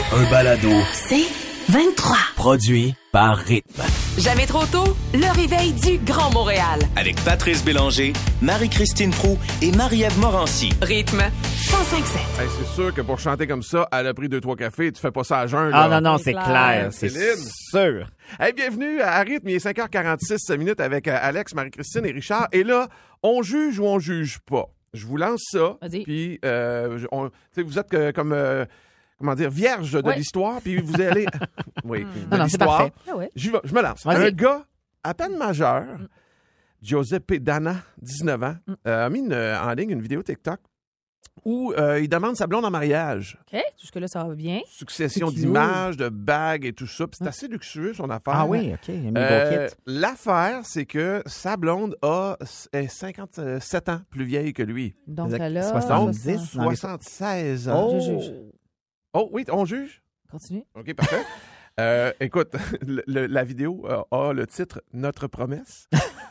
Un balado. C'est 23. Produit par Rythme. Jamais trop tôt, le réveil du Grand Montréal. Avec Patrice Bélanger, Marie-Christine Proulx et Marie-Ève Morancy. Rythme 105.7. Hey, c'est sûr que pour chanter comme ça, elle a pris 2-3 cafés, tu fais pas ça à jeun. Ah là. non, c'est clair, c'est Céline. sûr. Hey, bienvenue à Rythme, il est 5h46 minutes avec Alex, Marie-Christine et Richard. Et là, on juge ou on juge pas? Je vous lance ça. Vas-y. Puis, vous êtes comme... comment dire, vierge de l'histoire, puis vous allez... oui, de Non, c'est l'histoire. parfait. Ah ouais. Je me lance. Vas-y. Un gars à peine majeur, Giuseppe Dana, 19 ans, a mis en ligne une vidéo TikTok où il demande sa blonde en mariage. OK, jusque-là, ça va bien. Succession C'est cute. d'images, de bagues et tout ça. Puis c'est assez luxueux, son affaire. Ah oui, OK, il a mis le beau kit. L'affaire, c'est que sa blonde est 57 ans plus vieille que lui. Donc Exact. là... 70. Donc, dans les- 76 ans. Oh! Je juge. Oh oui, on juge? Continue. OK, parfait. Écoute, la vidéo a le titre « Notre promesse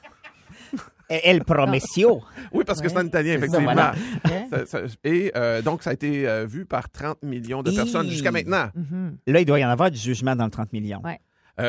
El Promesio. ». Oui, parce que c'est en italien, C'est ça, effectivement. voilà. OK. Donc, ça a été vu par 30 millions de personnes Hi. jusqu'à maintenant. Mhm. Là, il doit y en avoir du jugement dans le 30 millions. Ouais.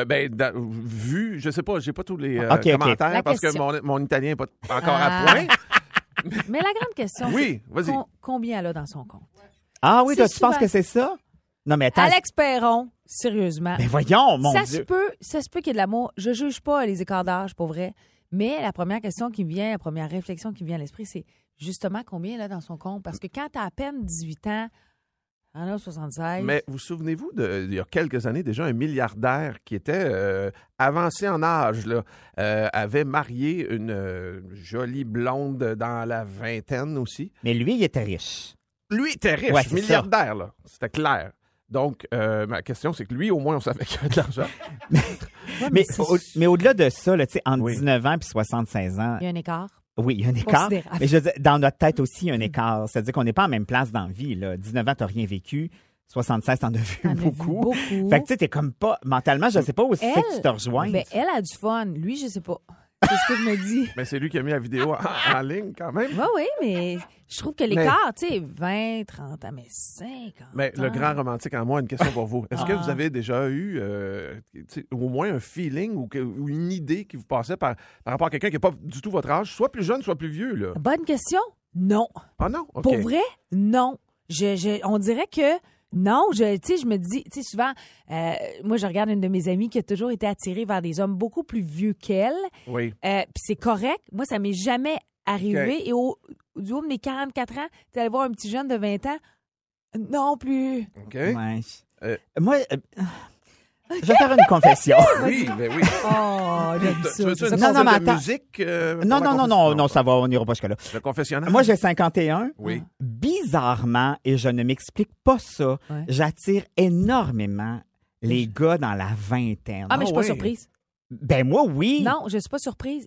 Vu, je sais pas, j'ai pas tous les OK. commentaires La parce que question. mon italien n'est pas encore Ah. à point. Mais la grande question, Oui, vas-y. c'est combien elle a dans son compte? Ah oui, toi, C'est tu penses souvent- que c'est ça? Non, mais attends. Alex Perron, sérieusement. Ben voyons, mon ça Dieu. se peut qu'il y ait de l'amour. Je juge pas les écarts d'âge, pour vrai. Mais la première question qui me vient, la première réflexion qui me vient à l'esprit, c'est justement combien elle a dans son compte. Parce que quand tu as à peine 18 ans, en a 76. Mais vous souvenez-vous, il y a quelques années, déjà, un milliardaire qui était avancé en âge, là, avait marié une jolie blonde dans la vingtaine aussi. Mais lui, il était riche. Lui était riche, Ouais, c'est milliardaire, là. C'était clair. Donc, ma question, c'est que lui, au moins, on savait qu'il avait de l'argent. Ouais, Mais, c'est- mais au-delà de ça, là, tu sais, entre Oui. 19 ans et 76 ans, il y a un écart. oui, il y a un écart. Considérable. Mais je veux dire, dans notre tête aussi, il y a un écart. C'est-à-dire qu'on n'est pas en même place dans la vie. Là. 19 ans, tu n'as rien vécu. 76, t'en as vu T'en as vu beaucoup. beaucoup. Fait que tu sais, t'es comme pas... Mentalement, je ne sais pas où c'est que tu te rejoins. Ben, elle a du fun. Lui, je sais pas. C'est ce que je me dis. Mais c'est lui qui a mis la vidéo en ligne, quand même. Oui, mais je trouve que l'écart, tu sais, 20, 30 ans, mais 50 Mais le ans. grand romantique en moi, une question pour vous. Est-ce que Ah. vous avez déjà eu tu sais, au moins un feeling ou une idée qui vous passait par rapport à quelqu'un qui n'est pas du tout votre âge, soit plus jeune, soit plus vieux, là? Bonne question? Non. Ah non? OK. Pour vrai? Non. On dirait que non. Tu sais, je me dis, tu sais, souvent, moi, je regarde une de mes amies qui a toujours été attirée vers des hommes beaucoup plus vieux qu'elle. Oui. Puis c'est correct. Moi, ça m'est jamais arrivé. OK. Et du haut de mes 44 ans, tu allais voir un petit jeune de 20 ans? Non plus. OK. Ouais. Euh. Moi, je vais faire une confession. Oui, ben oui. Oh, j'aime Tu ça. veux-tu C'est une ça Non, qu'on non, chanson mais de attends. musique? Non, ça va, on n'ira pas jusque-là. Le confessionnal? Moi, j'ai 51. Oui. Bizarrement, et je ne m'explique pas ça, Ouais. j'attire énormément les gars dans la vingtaine. Ah, mais je suis pas ouais. surprise. Ben moi, oui. Non, je suis pas surprise.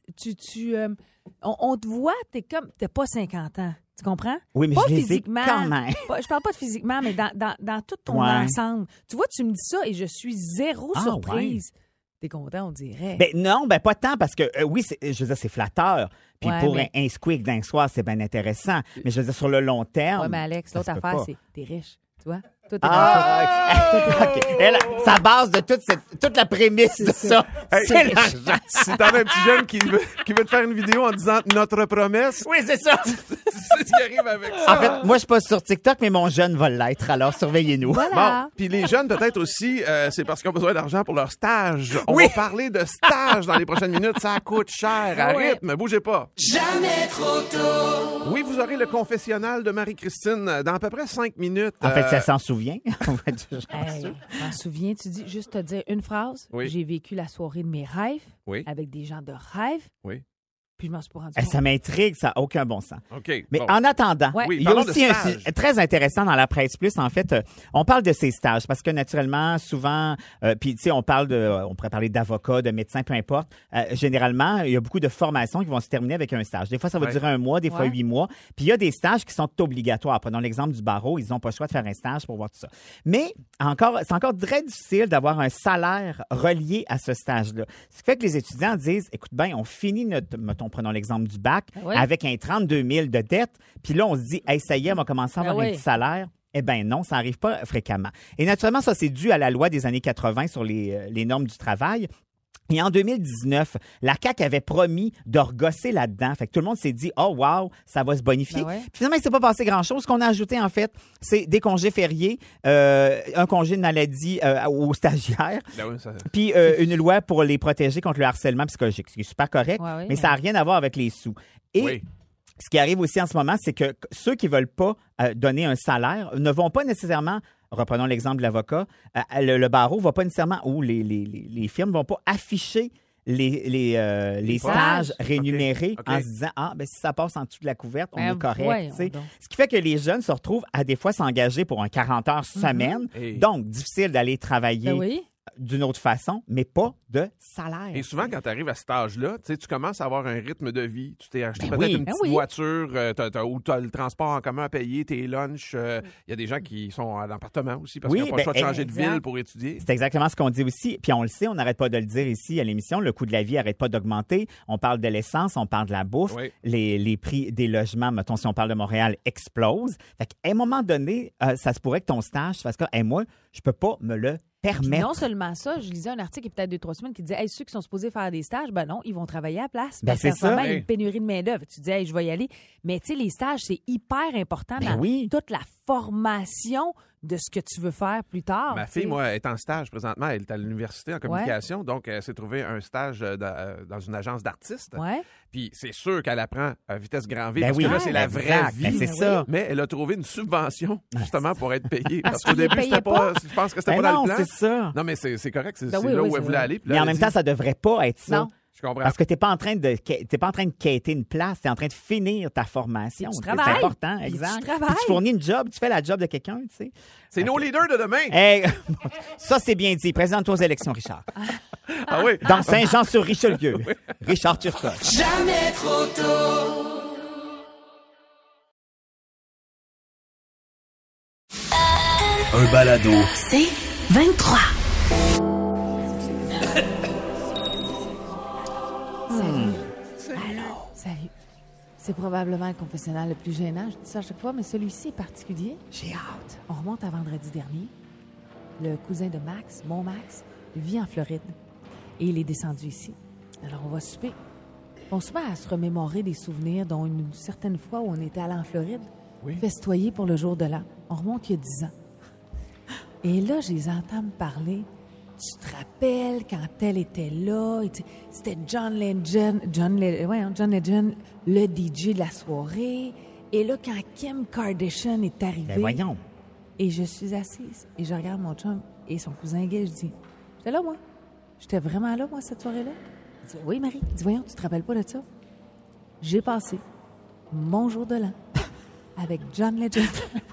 On te voit, t'es pas 50 ans. Tu comprends? Oui, mais Pas je les ai physiquement. quand même. Je parle pas de physiquement, mais dans tout ton Ouais. ensemble. Tu vois, tu me dis ça et je suis zéro Ah, surprise. T'es content, on dirait. Ben non, ben pas tant, parce que oui, je veux dire, c'est flatteur. Puis Ouais, pour mais- un squeak d'un soir, c'est bien intéressant. Mais je veux dire, sur le long terme... ouais, mais Alex, ça l'autre se peut affaire, pas. c'est t'es riche. Tu vois? Toi, t'es Ah! OK. Elle, sa base de toute la prémisse de ça, Hey, c'est l'argent. Si t'en as un petit jeune qui veut te faire une vidéo en disant « Notre promesse Oui, c'est ça. », tu sais ce qui arrive avec ça. En fait, moi, je suis pas sur TikTok, mais mon jeune va l'être. Alors, surveillez-nous. Voilà. Bon, puis les jeunes, peut-être aussi, c'est parce qu'ils ont besoin d'argent pour leur stage. On Oui. va parler de stage dans les prochaines minutes. Ça coûte cher. À Ouais. rythme, bougez pas. Jamais trop tôt. Oui, vous aurez le confessionnal de Marie-Christine dans à peu près 5 minutes. En fait, ça s'en souvient. On va être toujours Hey, sûr. m'en souviens, tu dis juste te dire une phrase. Oui. J'ai vécu la soirée de mes rêves Oui. avec des gens de rêve. Oui. Puis je m'en suis pas rendu Eh, compte. ça m'intrigue, ça n'a aucun bon sens. OK. Mais bon. en attendant, Ouais. Oui, il y a parlons de aussi un stage. sujet très intéressant dans la presse plus. En fait, on parle de ces stages parce que naturellement, souvent, puis tu sais, on pourrait parler d'avocats, de médecins, peu importe. Généralement, il y a beaucoup de formations qui vont se terminer avec un stage. Des fois, ça va Ouais. durer 1 mois, des fois Ouais. 8 mois. Puis il y a des stages qui sont obligatoires. Prenons l'exemple du barreau, ils n'ont pas le choix de faire un stage pour voir tout ça. Mais c'est encore très difficile d'avoir un salaire relié à ce stage-là. Ce qui fait que les étudiants disent, écoute bien, on finit mettons, prenons l'exemple du bac, Oui. avec un 32 000 de dette. Puis là, on se dit, hey, ça y est, on va commencer à avoir oui. un petit salaire. Eh bien non, ça n'arrive pas fréquemment. Et naturellement, ça, c'est dû à la loi des années 80 sur les normes du travail. Et en 2019, la CAQ avait promis de regosser là-dedans. Fait que tout le monde s'est dit, oh wow, ça va se bonifier. Ben ouais. Puis finalement, il ne s'est pas passé grand-chose. Ce qu'on a ajouté, en fait, c'est des congés fériés, un congé de maladie aux stagiaires, Ben oui, ça- puis une loi pour les protéger contre le harcèlement psychologique, ce qui est super correct, Ouais, oui, mais ça n'a rien à voir avec les sous. Et Oui. ce qui arrive aussi en ce moment, c'est que ceux qui ne veulent pas donner un salaire ne vont pas nécessairement, reprenons l'exemple de l'avocat, le barreau ne va pas nécessairement, ou les firmes ne vont pas afficher les stages rémunérés OK. en se disant, ben si ça passe en dessous de la couverte, on Ben, est correct. voyons Tu sais. donc. Ce qui fait que les jeunes se retrouvent à des fois s'engager pour un 40 heures semaine. Et- Donc, difficile d'aller travailler Ben oui. d'une autre façon, mais pas de salaire. Et souvent, quand tu arrives à cet âge-là, tu commences à avoir un rythme de vie. Tu t'es acheté Ben peut-être oui. une Ben petite oui. voiture ou tu as le transport en commun à payer, tes lunchs. Il y a des gens qui sont en appartement aussi parce Oui, qu'ils n'ont pas le choix de ben, changer de exact. ville pour étudier. C'est exactement ce qu'on dit aussi. Puis on le sait, on n'arrête pas de le dire ici à l'émission. Le coût de la vie n'arrête pas d'augmenter. On parle de l'essence, on parle de la bouffe. Oui. Les prix des logements, mettons, si on parle de Montréal, explosent. Fait qu'à un moment donné, ça se pourrait que ton stage fasse que, moi, je peux pas me le Puis permettre. non seulement ça, je lisais un article il y a peut-être 2-3 semaines qui disait ceux qui sont supposés faire des stages, ben non, ils vont travailler à la place. Ben, Parce c'est qu'en ce moment, ça. il y a une pénurie de main-d'œuvre. Tu dis, je vais y aller. Mais tu sais, les stages, c'est hyper important Ben dans oui. toute la formation de ce que tu veux faire plus tard. Ma tu sais. fille, moi, est en stage présentement. Elle est à l'université en communication. Donc, elle s'est trouvée un stage dans une agence d'artistes. Ouais. Puis c'est sûr qu'elle apprend à vitesse grand V Ben parce oui. que là, c'est la vraie Exact. vie. Ben, c'est ça. Mais elle a trouvé une subvention justement pour être payée. Parce qu'il qu'au début, ne c'était payait pas. Je pense que c'était Ben pas dans non, le plan. c'est ça. Non, mais c'est correct. C'est Ben oui, là oui, où c'est elle voulait vrai. aller. Puis là, Mais en elle même dit, temps, ça devrait pas être ça. Non. je comprends. Parce que tu n'es pas en train de quêter une place, tu es en train de finir ta formation. Puis tu C'est travailles. important, Puis tu exact. travailles. Puis tu fournis une job, tu fais la job de quelqu'un, tu sais. C'est nos leaders de demain. Hey, ça, c'est bien dit. Présente-toi aux élections, Richard. Ah oui. Dans Saint-Jean-sur-Richelieu. Richard Turcotte. Jamais trop tôt. Un balado. C'est 23. Salut. C'est probablement le confessionnal le plus gênant. Je dis ça à chaque fois, mais celui-ci est particulier. J'ai hâte. On remonte à vendredi dernier. Le cousin de Max, mon Max, vit en Floride. Et il est descendu ici. Alors, on va souper. On se met à se remémorer des souvenirs, dont une certaine fois où on était allé en Floride, Oui. festoyer pour le jour de l'an. On remonte il y a 10 ans. Et là, je les entends me parler. Tu te rappelles quand elle était là? Et c'était John Legend, le DJ de la soirée. Et là, quand Kim Kardashian est arrivée... Ben voyons. Et je suis assise et je regarde mon chum et son cousin gay. Je dis, j'étais là, moi. J'étais vraiment là, moi, cette soirée-là. Il dit, oui, Marie. Il dit, voyons, tu te rappelles pas de ça? J'ai passé mon jour de l'an avec John Legend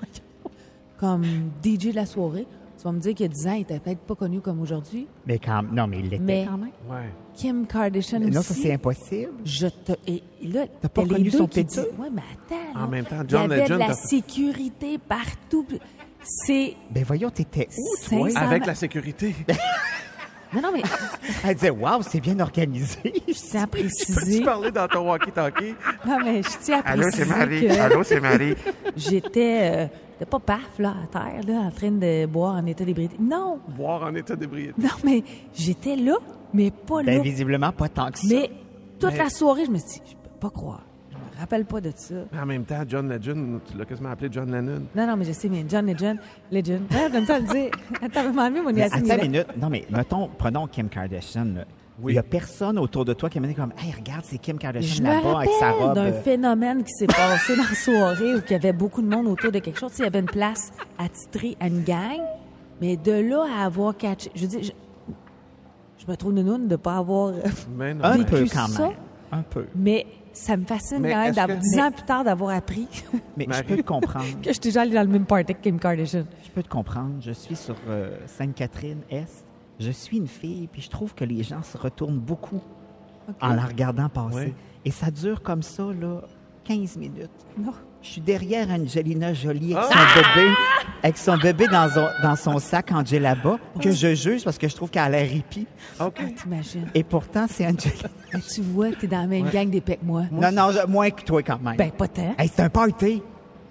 comme DJ de la soirée. Tu vas me dire qu'il y a 10 ans, il était peut-être pas connu comme aujourd'hui. Mais non, mais il l'était Mais- quand même. Ouais. Kim Kardashian Non, aussi. ça, c'est impossible. Et là, T'as pas t'as les connu deux son qui péteux? disent, ouais, mais attends. En là, même temps, il y John avait Legend, de la t'as- sécurité partout. C'est... Ben voyons, t'étais où, toi? Sincèrement- Avec la sécurité. Non, mais Elle disait, waouw, c'est bien organisé. je tiens à Peux-tu préciser... parler dans ton walkie-talkie? Non, mais je tiens à Allô, c'est préciser Marie. que Allô, c'est Marie. j'étais pas paf, là, à terre, là, en train de boire en état d'ébriété. Non, Boire en état d'ébriété. non, mais j'étais là, mais pas là. Ben visiblement, pas tant que ça. Mais toute Mais- la soirée, je me suis dit, je peux pas croire. Je me rappelle pas de ça. Mais en même temps, John Legend, tu l'as quasiment appelé John Lennon. Non, mais je sais, mais John Legend. Ouais, j'aime ça le dire. T'as vraiment mis mon Mais Yacine attends une Millet. minute. Non, mais prenons Kim Kardashian. Là. Oui. Il y a personne autour de toi qui m'a dit comme, hey, regarde, c'est Kim Je Kardashian me là-bas avec sa rappelle robe. d'un phénomène qui s'est passé dans la soirée où il y avait beaucoup de monde autour de quelque chose. Tu sais, il y avait une place attitrée à une gang, mais de là à avoir catché... Je veux dire, je me trouve nounoune de ne pas avoir... Mais non. Un mais- peu vécu quand ça. même. Un peu. Mais ça me fascine Mais quand même, est-ce que- 10 ans plus tard, d'avoir appris Mais Marie. je peux te comprendre. que j'étais déjà allée dans le même party que Kim Kardashian. Je peux te comprendre. Je suis sur Sainte-Catherine-Est. Je suis une fille, puis je trouve que les gens se retournent beaucoup en la regardant passer. Ouais. Et ça dure comme ça, là, 15 minutes. Non. Je suis derrière Angelina Jolie avec Ah! son bébé dans son sac Angela bas, que je juge parce que je trouve qu'elle a l'air hippie. OK. Ah, t'imagines. Et pourtant, c'est Angelina. Mais tu vois, t'es dans la même gang d'épais que moi. Non, moins que toi quand même. Ben, pas tant. Hey, c'est un party.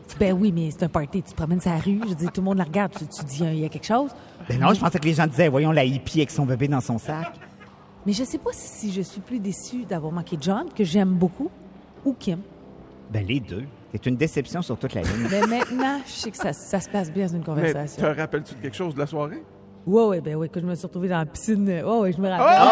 Ben oui, mais c'est un party. Tu te promènes sur la rue, je dis, tout le monde la regarde. Tu dis, il y a quelque chose. Ben non, je pensais que les gens disaient, voyons la hippie avec son bébé dans son sac. Mais je sais pas si je suis plus déçue d'avoir manqué John, que j'aime beaucoup, ou Kim. Ben les deux. C'est une déception sur toute la ligne. Mais maintenant, je sais que ça se passe bien dans une Mais conversation. te rappelles-tu de quelque chose de la soirée? Oui, que je me suis retrouvée dans la piscine. Oui, je me rappelle.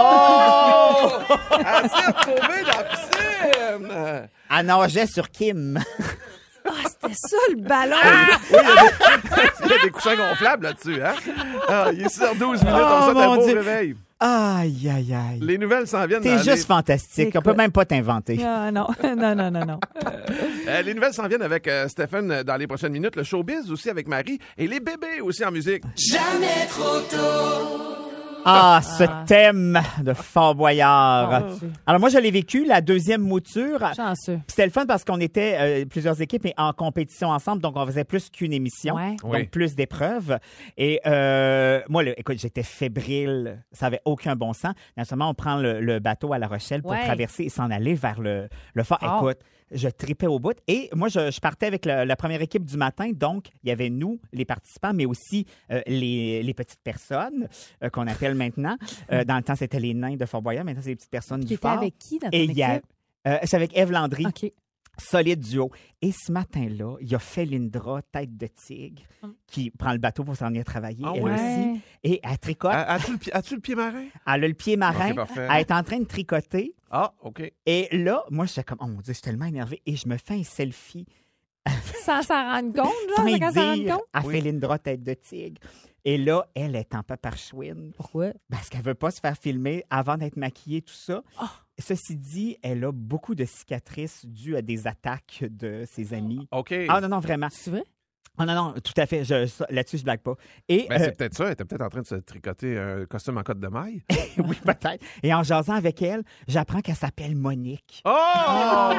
Oh! Elle s'est retrouvée dans la piscine! Elle nageait sur Kim. Ah, c'était ça, le ballon! Oui, il y a des coussins gonflables là-dessus, hein? Ah, il est 6h12 minutes, on souhaite un mon beau Dieu. réveil. Aïe, aïe, aïe. Les nouvelles s'en viennent. T'es dans juste fantastique. On peut même pas t'inventer. Ah, non. Non. les nouvelles s'en viennent avec Stéphane dans les prochaines minutes. Le showbiz aussi avec Marie. Et les bébés aussi en musique. Jamais trop tôt. Ah, ce thème de Fort Boyard. Oh, Dieu. Alors moi, je l'ai vécu, la deuxième mouture. Chanceux. Puis c'était le fun parce qu'on était plusieurs équipes mais en compétition ensemble, donc on faisait plus qu'une émission, Ouais. donc Oui. plus d'épreuves. Et moi, écoute, j'étais fébrile, ça avait aucun bon sens. Naturellement, on prend le bateau à La Rochelle pour Ouais. traverser et s'en aller vers le fort. Oh. Écoute, je tripais au bout. Et moi, je partais avec la première équipe du matin, donc il y avait nous, les participants, mais aussi les petites personnes qu'on appelle maintenant. Dans le temps, c'était les nains de Fort Boyard, maintenant, c'est les petites personnes Qui du était fort. avec qui dans ton Et il y a, équipe? c'est avec Ève Landry. OK. Solide duo. Et ce matin-là, il y a Félindra, tête de tigre, qui prend le bateau pour s'en venir travailler, Ah elle ouais? aussi. Et elle tricote. As-tu le pied marin? Elle a le pied marin. Ok, parfait. Elle est en train de tricoter. Ah, OK. Et là, moi, je suis comme, oh mon Dieu, je suis tellement énervée. Et je me fais un selfie Sans s'en rendre compte, sans là, y quand s'en rendre dire compte. à Félindra, tête de tigre. Et là, elle est en paparchouine. Pourquoi? Parce qu'elle veut pas se faire filmer avant d'être maquillée, tout ça. Ceci dit, elle a beaucoup de cicatrices dues à des attaques de ses amis. OK. Ah non, vraiment. C'est vrai? Ah non, tout à fait. Là-dessus, je blague pas. Et Ben, c'est peut-être ça. Elle était peut-être en train de se tricoter un costume en cotte de maille. oui, peut-être. Et en jasant avec elle, j'apprends qu'elle s'appelle Monique. Oh!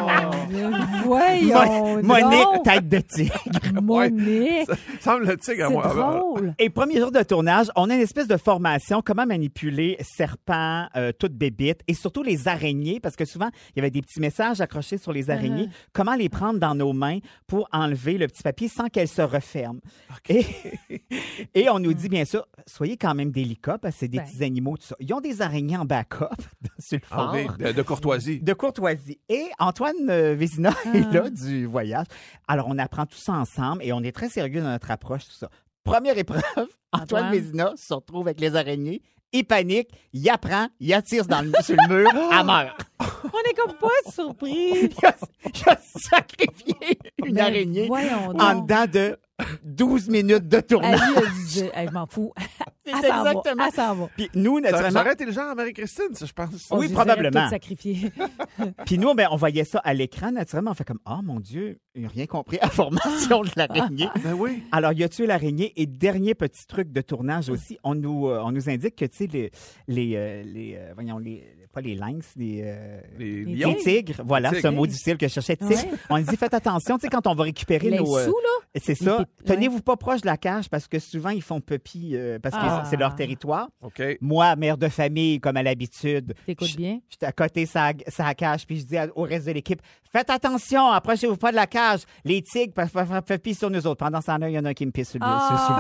Voyons Monique, donc! tête de tigre. Monique! Semble le tigre à C'est moi. drôle! Et premier jour de tournage, on a une espèce de formation, comment manipuler serpents, toutes bébites, et surtout les araignées, parce que souvent, il y avait des petits messages accrochés sur les araignées. Comment les prendre dans nos mains pour enlever le petit papier sans qu'elles se referment. Et on nous dit, bien sûr, soyez quand même délicats, parce que c'est des Ben. petits animaux, tout ça. Ils ont des araignées en backup sur le fort. Ah, OK, de courtoisie. De courtoisie. Et Antoine Vézina est là du voyage. Alors, on apprend tout ça ensemble et on est très sérieux dans notre approche, tout ça. Première épreuve, Antoine Antoine. Vézina se retrouve avec les araignées. Il panique, il apprend, il attire sur le mur, elle meurt. On est comme pas surpris! Il a sacrifié une Ben, araignée voyons donc. en dedans de 12 minutes de Elle tournage. lui a dit, hey, je m'en fous. C'est Elle s'en va, exactement. elle s'en va. Puis nous, Ça naturellement, aurait été le genre à Marie-Christine, ça, je pense. Oui, Je les aurais probablement. toutes sacrifiées. puis nous, ben, on voyait ça à l'écran, naturellement, on fait comme, oh mon Dieu, il n'a rien compris à la formation de l'araignée. Ben oui. Alors, il a tué l'araignée. Et dernier petit truc de tournage aussi, on nous indique que, tu sais, pas les lynx, Les Les lions. les tigres, voilà, Tigres. c'est un mot difficile que je cherchais. Tigres. Ouais. On dit, faites attention, tu sais, quand on va récupérer Les nos... sous, là? c'est ça. Les Tenez-vous pas proche de la cage parce que souvent, ils font pupille parce que Ah. c'est leur territoire. OK. Moi, mère de famille, comme à l'habitude, T'écoutes bien? j'étais à côté sa cage, puis je dis au reste de l'équipe, faites attention, approchez-vous pas de la cage. Les tigres peuvent faire pipi sur nous autres. Pendant ce temps-là, il y en a un qui me pisse sur le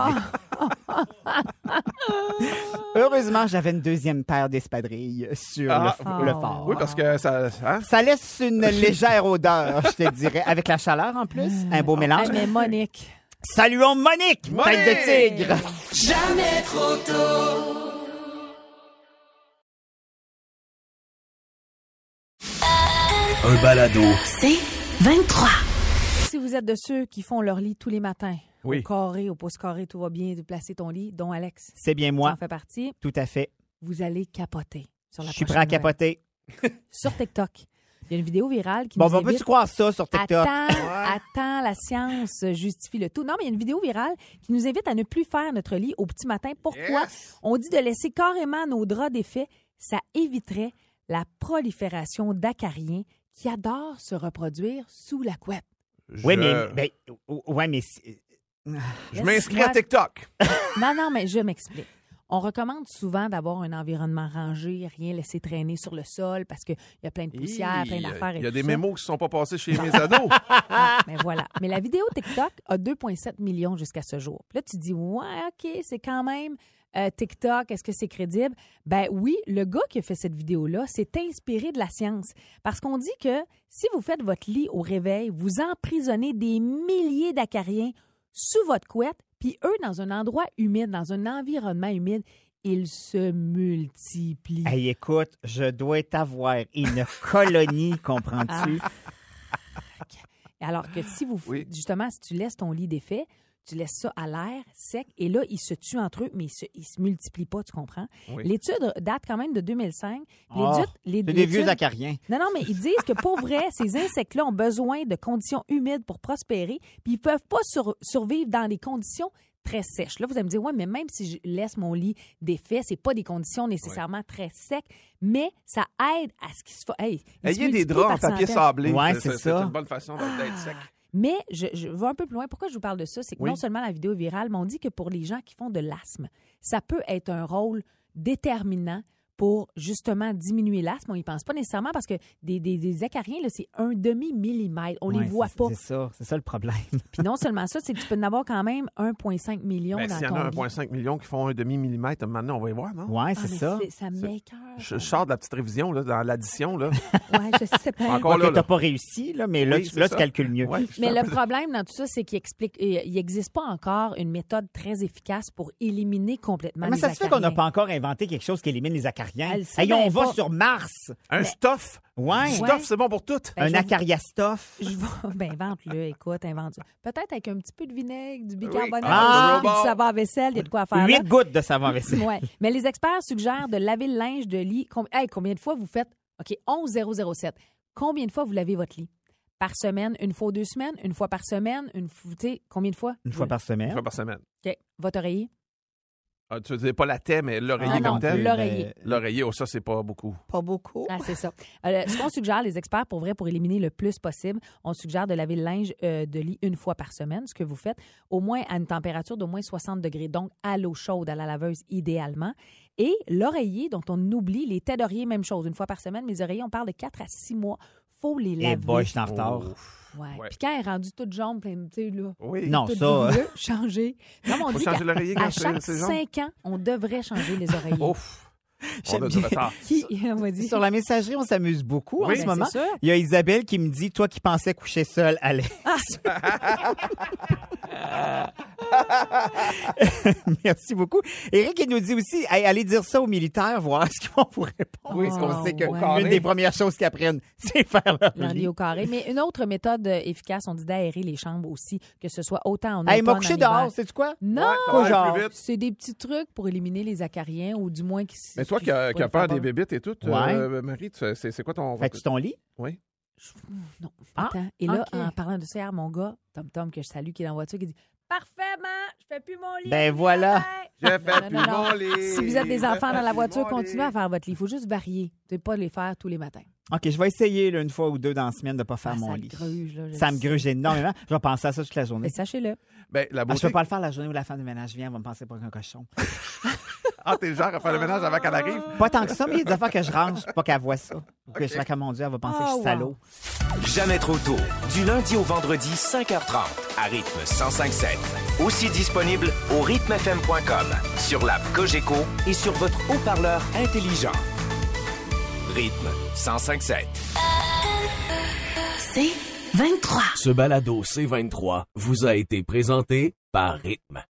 Heureusement, j'avais une deuxième paire d'espadrilles sur le fort. Oui, parce que ça... Hein? Ça laisse une légère odeur, je te dirais, avec la chaleur en plus. Un beau mélange. Ah, mais Monique. Saluons Monique, tête de tigre. Jamais trop tôt. Un balado. C'est 23. Si vous êtes de ceux qui font leur lit tous les matins, Oui. au carré, au pouce carré, tout va bien de placer ton lit, dont Alex, C'est bien ça moi, en fait partie, tout à fait. vous allez capoter sur la Je suis prêt prochaine à capoter. heure. Sur TikTok. Il y a une vidéo virale qui Bon, nous ben, invite... peux-tu croire ça sur TikTok? Attends, la science justifie le tout. Non, mais il y a une vidéo virale qui nous invite à ne plus faire notre lit au petit matin. Pourquoi? Yes! On dit de laisser carrément nos draps défaits. Ça éviterait la prolifération d'acariens qui adorent se reproduire sous la couette. Oui, mais Je m'inscris à Laisse-moi- TikTok. Non, mais je m'explique. On recommande souvent d'avoir un environnement rangé, rien laisser traîner sur le sol parce qu'il y a plein de poussière, plein d'affaires. Il y a tout des ça. mémos qui ne sont pas passés chez mes ados. Mais voilà. Mais la vidéo TikTok a 2,7 millions jusqu'à ce jour. Puis là, tu te dis, ouais, OK, c'est quand même TikTok, est-ce que c'est crédible? Ben oui, le gars qui a fait cette vidéo-là s'est inspiré de la science. Parce qu'on dit que si vous faites votre lit au réveil, vous emprisonnez des milliers d'acariens sous votre couette, puis eux, dans un endroit humide, dans un environnement humide, ils se multiplient. Hey, écoute, je dois t'avoir une colonie, comprends-tu? Alors que si vous, Oui. justement, si tu laisses ton lit défait, tu laisses ça à l'air sec et là, ils se tuent entre eux, mais ils se multiplient pas, tu comprends? Oui. L'étude date quand même de 2005. C'est des vieux acariens. Non, mais ils disent que pour vrai, ces insectes-là ont besoin de conditions humides pour prospérer, puis ils peuvent pas survivre dans des conditions très sèches. Là, vous allez me dire, ouais, mais même si je laisse mon lit défait, c'est pas des conditions nécessairement très secs, mais ça aide à ce qu'il se fasse. Hey, ils se Ayez des multiplient draps en par papier centaines. sablé. Ouais, c'est ça. C'est une bonne façon d'être sec. Mais je vais un peu plus loin. Pourquoi je vous parle de ça? C'est que Oui. non seulement la vidéo est virale, mais on dit que pour les gens qui font de l'asthme, ça peut être un rôle déterminant pour justement diminuer l'asthme. On n'y pense pas nécessairement parce que des acariens, là, c'est 1/2 millimètre. On les Ouais, voit c'est- pas. C'est ça le problème. Puis non seulement ça, c'est que tu peux en avoir quand même 1,5 million Ben, dans s'il y en ton a lit. 1,5 million qui font 1/2 millimètre, maintenant, on va y voir, non? Ouais, Ah, c'est mais ça. Ça m'écoeure. Je sors de la petite révision, là, dans l'addition, là. Ouais, je sais pas. Encore Ok, là, t'as là. pas réussi, là, mais là, Oui, tu, c'est là Ah, ça. tu calcules mieux. Ouais, Mais le problème dans tout ça, c'est qu'il n'existe pas encore une méthode très efficace pour éliminer complètement Mais les ça se fait qu'on n'a acariens. pas encore inventé quelque chose qui élimine les acariens. Elle sait Hey, on bien va pas. sur Mars. Un stuff. Ouais. Stuff, c'est bon pour tout. Ben, Un je- acariastuff. Je vais... Ben, invente-le, écoute, invente-le. Peut-être avec un petit peu de vinaigre, du bicarbonate, Ah! puis du savon à vaisselle, il y a de quoi faire. 8 gouttes de savon à vaisselle. Ouais. Mais les experts suggèrent de laver le linge de lit. Combien de fois vous faites? OK, 11007. Combien de fois vous lavez votre lit? Par semaine, une fois ou 2 semaines, une fois par semaine, tu sais, combien de fois? Une fois par Une semaine. fois par semaine. OK. Votre oreiller? Ah, tu disais pas la thé, mais l'oreiller Ah non, comme tel. l'oreiller. L'oreiller, oh, ça, c'est pas beaucoup. Pas beaucoup. Ah, c'est ça. Ce qu'on suggère, les experts, pour vrai, pour éliminer le plus possible, on suggère de laver le linge de lit une fois par semaine, ce que vous faites, au moins à une température d'au moins 60 degrés, donc à l'eau chaude, à la laveuse idéalement. Et l'oreiller, dont on oublie, les têtes d'oreiller, même chose, une fois par semaine. Les oreillers, on parle de 4 à 6 mois. Faut les laver. Et boy, je suis en retard. Ouais. Ouais. Puis quand elle est rendue toute jaune, plein de, tu sais, là, Oui. Non, toute ça. bleue, changer. Non, mais on Faut dit changer qu'à l'oreiller à quand chaque c'est jaune? 5 ans, on devrait changer les oreillers. Ouf. On J'aime a du bien. retard. Qui? On va dire. Sur la messagerie, on s'amuse beaucoup en Oui. ce Ben, moment. c'est sûr. Il y a Isabelle qui me dit, toi qui pensais coucher seule, allez. Merci beaucoup. Éric, il nous dit aussi, hey, allez dire ça aux militaires, voir ce qu'ils vont vous répondre. Oui, parce qu'on sait que ouais. une des premières choses qu'ils apprennent, c'est faire leur Leur lit lit. au carré. Mais une autre méthode efficace, on dit d'aérer les chambres aussi, que ce soit autant en Hey, il m'a automne, couché en hiver. dehors, sais-tu quoi? Non! Ouais, ça va aller genre. plus vite. C'est des petits trucs pour éliminer les acariens ou du moins qui Mais toi qui as peur des bébites et tout, Marie, c'est quoi ton... Fais-tu ton lit? Oui. Non, Ah, attends. Et là, ok. en parlant de ça, hier, mon gars, Tom, que je salue, qui est dans la voiture, qui dit « Parfaitement, je fais plus mon lit. Ben voilà. Je fais Non, plus non, non. mon lit. Si vous êtes des Je enfants fais dans la plus voiture, mon continuez à lit. faire votre lit. Il faut juste varier. Tu ne pas les faire tous les matins. OK, je vais essayer là, une fois ou deux dans la semaine de ne pas faire mon ça lit. gruge, là, je Ça me sais. gruge énormément. Je vais penser à ça toute la journée. Mais sachez-le. Ben, la Ah, je beauté... peux pas le faire la journée où la femme de ménage vient, elle va me penser pour un cochon. Ah, t'es le genre à faire le ménage avant qu'elle arrive? Pas tant que ça, mais il y a des affaires que je range, pas qu'elle voit ça. Ou que je fais comme mon Dieu, elle va penser que je suis wow. salaud. Jamais trop tôt. Du lundi au vendredi, 5h30, à rythme 105.7. Aussi disponible au rythmefm.com, sur l'app Cogeco et sur votre haut-parleur intelligent. Rythme 105.7. C'est 23. Ce balado C23 vous a été présenté par Rythme.